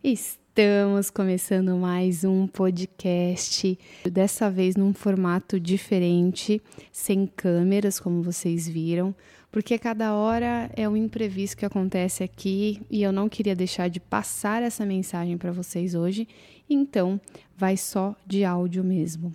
Estamos começando mais um podcast, dessa vez num formato diferente, sem câmeras, como vocês viram, porque cada hora é um imprevisto que acontece aqui e eu não queria deixar de passar essa mensagem para vocês hoje, então vai só de áudio mesmo.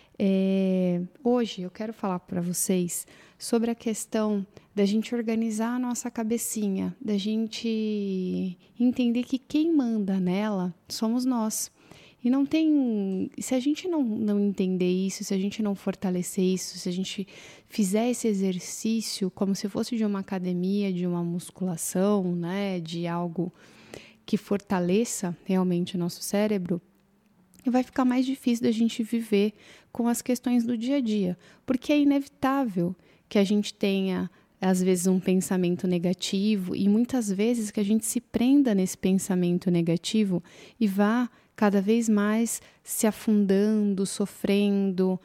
Hoje eu quero falar para vocês sobre a questão da gente organizar a nossa cabecinha, da gente entender que quem manda nela somos nós. E não tem... Se a gente não entender isso, se a gente não fortalecer isso, se a gente fizer esse exercício como se fosse de uma academia, de uma musculação, né, de algo que fortaleça realmente o nosso cérebro, vai ficar mais difícil da gente viver com as questões do dia a dia, porque é inevitável que a gente tenha, às vezes, um pensamento negativo e muitas vezes que a gente se prenda nesse pensamento negativo e vá cada vez mais se afundando, sofrendo,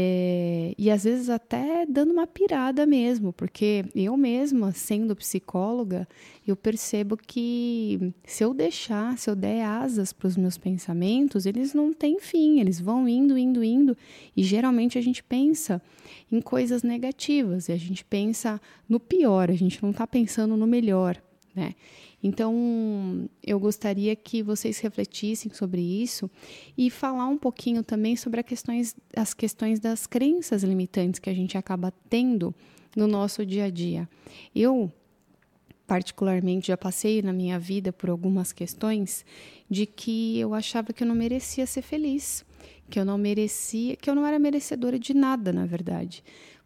e às vezes até dando uma pirada mesmo, porque eu mesma, sendo psicóloga, eu percebo que se eu der asas para os meus pensamentos, eles não têm fim, eles vão indo, e geralmente a gente pensa em coisas negativas, e a gente pensa no pior, a gente não está pensando no melhor, né? Então, eu gostaria que vocês refletissem sobre isso e falar um pouquinho também sobre as questões das crenças limitantes que a gente acaba tendo no nosso dia a dia. Eu, particularmente, já passei na minha vida por algumas questões de que eu achava que eu não merecia ser feliz, que eu não era merecedora de nada, na verdade.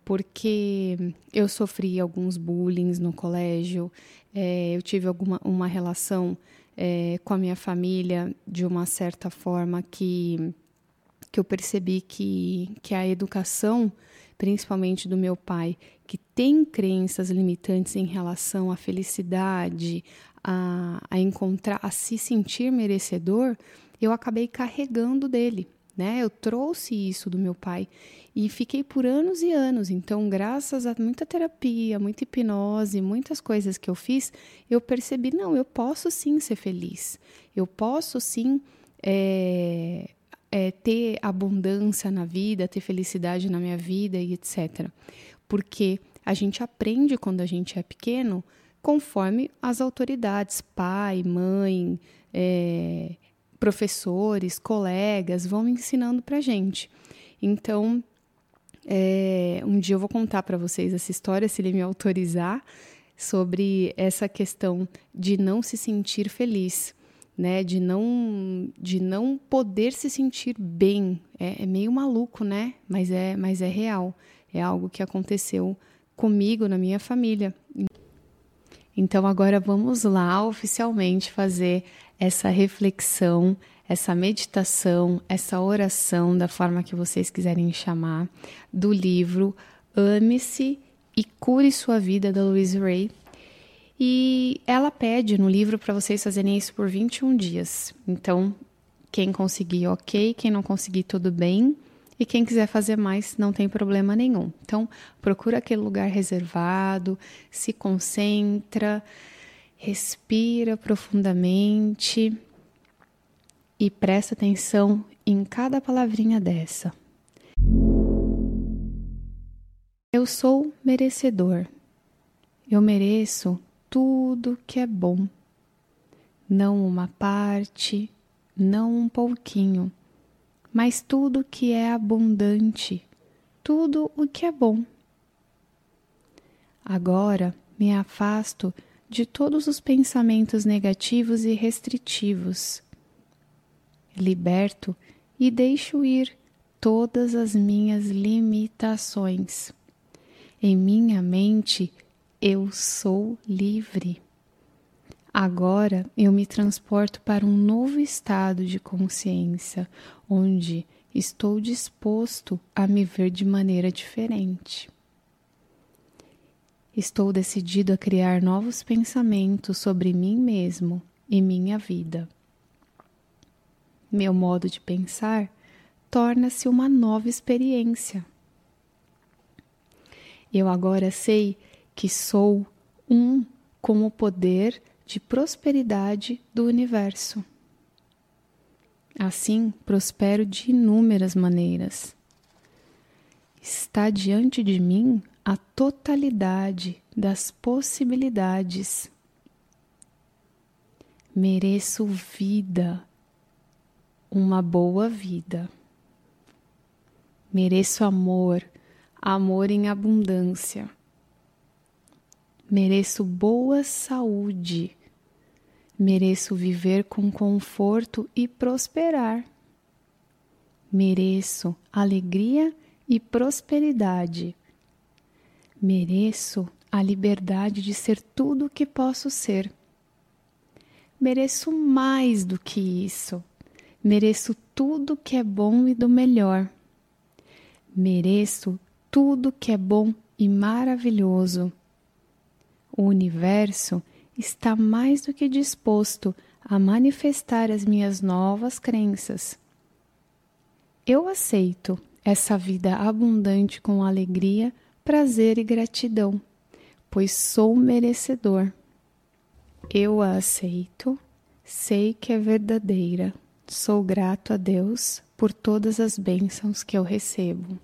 Porque eu sofri alguns bullying no colégio, eu tive uma relação com a minha família de uma certa forma que eu percebi que a educação, principalmente do meu pai, que tem crenças limitantes em relação à felicidade, a se sentir merecedor, eu acabei carregando dele. Né? Eu trouxe isso do meu pai e fiquei por anos e anos. Então, graças a muita terapia, muita hipnose, muitas coisas que eu fiz, eu percebi, não, eu posso sim ser feliz. Eu posso sim ter abundância na vida, ter felicidade na minha vida e etc. Porque a gente aprende quando a gente é pequeno conforme as autoridades, pai, mãe, professores, colegas vão ensinando pra gente. Então, um dia eu vou contar para vocês essa história, se ele me autorizar, sobre essa questão de não se sentir feliz, né? De não poder se sentir bem. É meio maluco, né? Mas é real. É algo que aconteceu comigo, na minha família. Então, agora vamos lá oficialmente fazer essa reflexão, essa meditação, essa oração, da forma que vocês quiserem chamar, do livro Ame-se e Cure Sua Vida, da Louise Hay. E ela pede no livro para vocês fazerem isso por 21 dias. Então, quem conseguir, ok. Quem não conseguir, tudo bem. E quem quiser fazer mais, não tem problema nenhum. Então, procura aquele lugar reservado, se concentra, respira profundamente e presta atenção em cada palavrinha dessa. Eu sou merecedor. Eu mereço tudo que é bom. Não uma parte, não um pouquinho, mas tudo que é abundante, tudo o que é bom. Agora me afasto de todos os pensamentos negativos e restritivos. Liberto e deixo ir todas as minhas limitações. Em minha mente, eu sou livre. Agora eu me transporto para um novo estado de consciência, onde estou disposto a me ver de maneira diferente. Estou decidido a criar novos pensamentos sobre mim mesmo e minha vida. Meu modo de pensar torna-se uma nova experiência. Eu agora sei que sou um com o poder de prosperidade do universo. Assim, prospero de inúmeras maneiras. Está diante de mim a totalidade das possibilidades. Mereço vida, uma boa vida. Mereço amor, amor em abundância. Mereço boa saúde. Mereço viver com conforto e prosperar. Mereço alegria e prosperidade. Mereço a liberdade de ser tudo o que posso ser. Mereço mais do que isso. Mereço tudo que é bom e do melhor. Mereço tudo que é bom e maravilhoso. O universo está mais do que disposto a manifestar as minhas novas crenças. Eu aceito essa vida abundante com alegria, prazer e gratidão, pois sou merecedor. Eu a aceito, sei que é verdadeira. Sou grato a Deus por todas as bênçãos que eu recebo.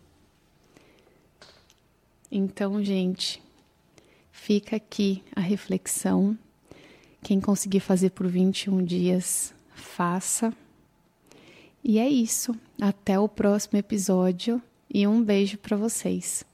Então, gente, fica aqui a reflexão. Quem conseguir fazer por 21 dias, faça. E é isso. Até o próximo episódio e um beijo para vocês.